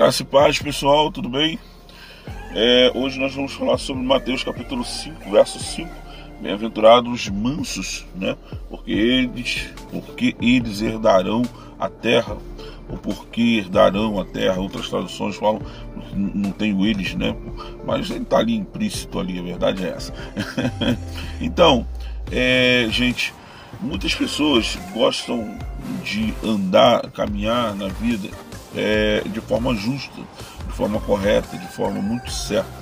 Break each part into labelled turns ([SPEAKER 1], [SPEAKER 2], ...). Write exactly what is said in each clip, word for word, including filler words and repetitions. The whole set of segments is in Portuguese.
[SPEAKER 1] Graça e paz, pessoal, tudo bem? É, hoje nós vamos falar sobre Mateus capítulo cinco, verso cinco. Bem-aventurados os mansos, né? Porque eles, porque eles herdarão a terra, ou porque herdarão a terra. Outras traduções falam, não tem o eles, né? Mas ele está ali implícito ali, a verdade é essa. Então, é, gente, muitas pessoas gostam de andar, caminhar na vida é, de forma justa, de forma correta, de forma muito certa.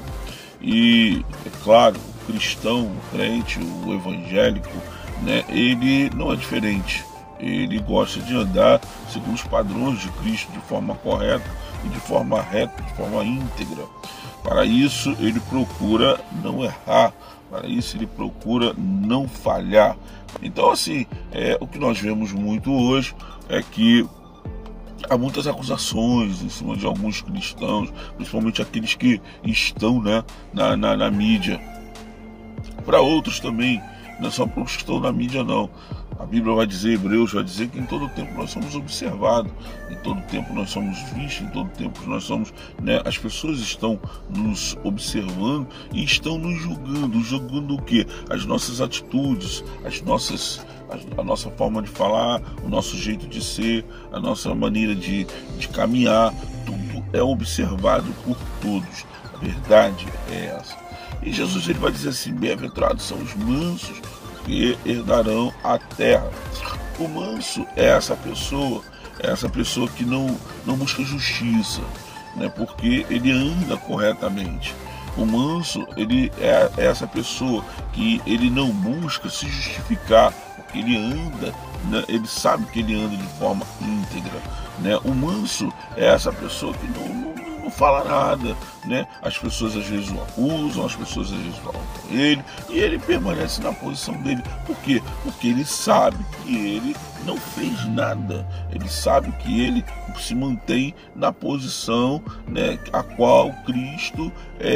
[SPEAKER 1] E, é claro, o cristão, o crente, o evangélico, né, ele não é diferente. Ele gosta de andar segundo os padrões de Cristo, de forma correta e de forma reta, de forma íntegra. Para isso, ele procura não errar. Para isso, ele procura não falhar. Então, assim, é, o que nós vemos muito hoje é que há muitas acusações em cima de alguns cristãos, principalmente aqueles que estão, né, na, na, na mídia. Para outros também, não é só para os que estão na mídia, não. A Bíblia vai dizer, Hebreus vai dizer que em todo tempo nós somos observados, em todo tempo nós somos vistos, em todo tempo nós somos, né, as pessoas estão nos observando e estão nos julgando. Julgando o quê? As nossas atitudes, as nossas, a, a nossa forma de falar, o nosso jeito de ser, a nossa maneira de, de caminhar. Tudo é observado por todos. A verdade é essa. E Jesus ele vai dizer assim, bem-aventurados são os mansos, que herdarão a terra. O manso é essa pessoa, é essa pessoa que não, não busca justiça, né, porque ele anda corretamente. O manso ele é essa pessoa que ele não busca se justificar, porque ele anda, né, ele sabe que ele anda de forma íntegra. Né? O manso é essa pessoa que não, não não fala nada, né? As pessoas às vezes o acusam, as pessoas às vezes falam com ele, e ele permanece na posição dele. Por quê? Porque ele sabe que ele não fez nada. Ele sabe que ele se mantém na posição, né, a qual Cristo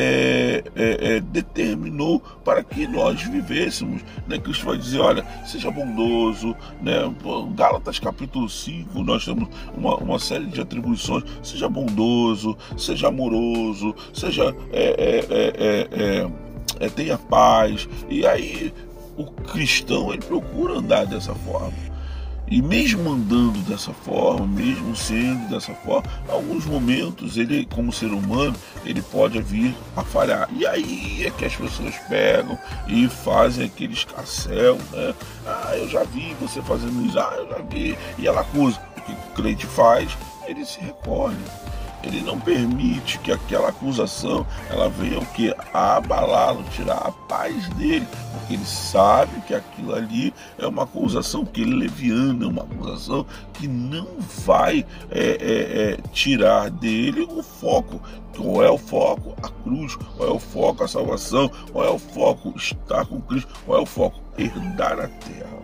[SPEAKER 1] é, é, é, determinou para que nós vivêssemos. Né? Cristo vai dizer, olha, seja bondoso, né? Gálatas capítulo cinco, nós temos uma, uma série de atribuições, seja bondoso, seja amoroso, seja é, é, é, é, é, tenha paz. E aí o cristão ele procura andar dessa forma. E mesmo andando dessa forma, mesmo sendo dessa forma, em alguns momentos ele, como ser humano, ele pode vir a falhar. E aí é que as pessoas pegam e fazem aquele escarcéu, né? Ah, eu já vi você fazendo isso, ah, eu já vi. E ela acusa. O que o crente faz? Ele se recolhe. Ele não permite que aquela acusação ela venha o que? A abalá-lo, tirar a paz dele, porque ele sabe que aquilo ali é uma acusação que ele leviana, é uma acusação que não vai é, é, é, tirar dele o foco. Qual é o foco? A cruz. Qual é o foco? A salvação. Qual é o foco? Estar com Cristo. Qual é o foco? Herdar a terra.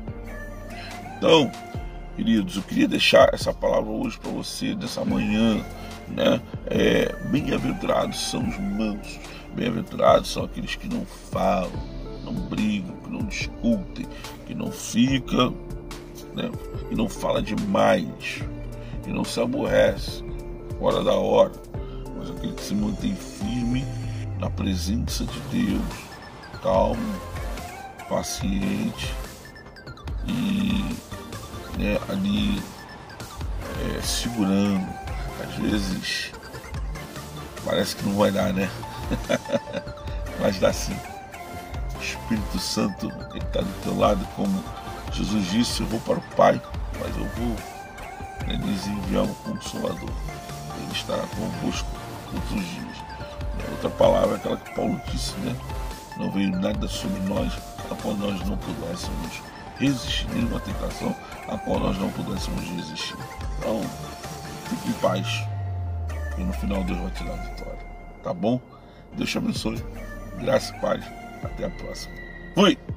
[SPEAKER 1] Então, queridos, eu queria deixar essa palavra hoje para você, dessa manhã, né? É, bem-aventurados são os mansos, bem-aventurados são aqueles que não falam, não brigam, que não discutem, que não fica, né? Que não fala demais, que não se aborrece fora da hora, mas aquele que se mantém firme na presença de Deus, calmo, paciente e, né, ali é, segurando. Às vezes parece que não vai dar, né? Mas dá sim. O Espírito Santo ele está do teu lado, como Jesus disse, eu vou para o Pai, mas eu vou, né, lhes enviar um Consolador. Ele estará convosco todos os dias. E a outra palavra é aquela que Paulo disse, né? Não veio nada sobre nós, a qual nós não pudéssemos resistir, nenhuma tentação a qual nós não pudéssemos resistir. Então, fique em paz, e no final Deus vai te dar a vitória, tá bom? Deus te abençoe, graça e paz, até a próxima. Fui!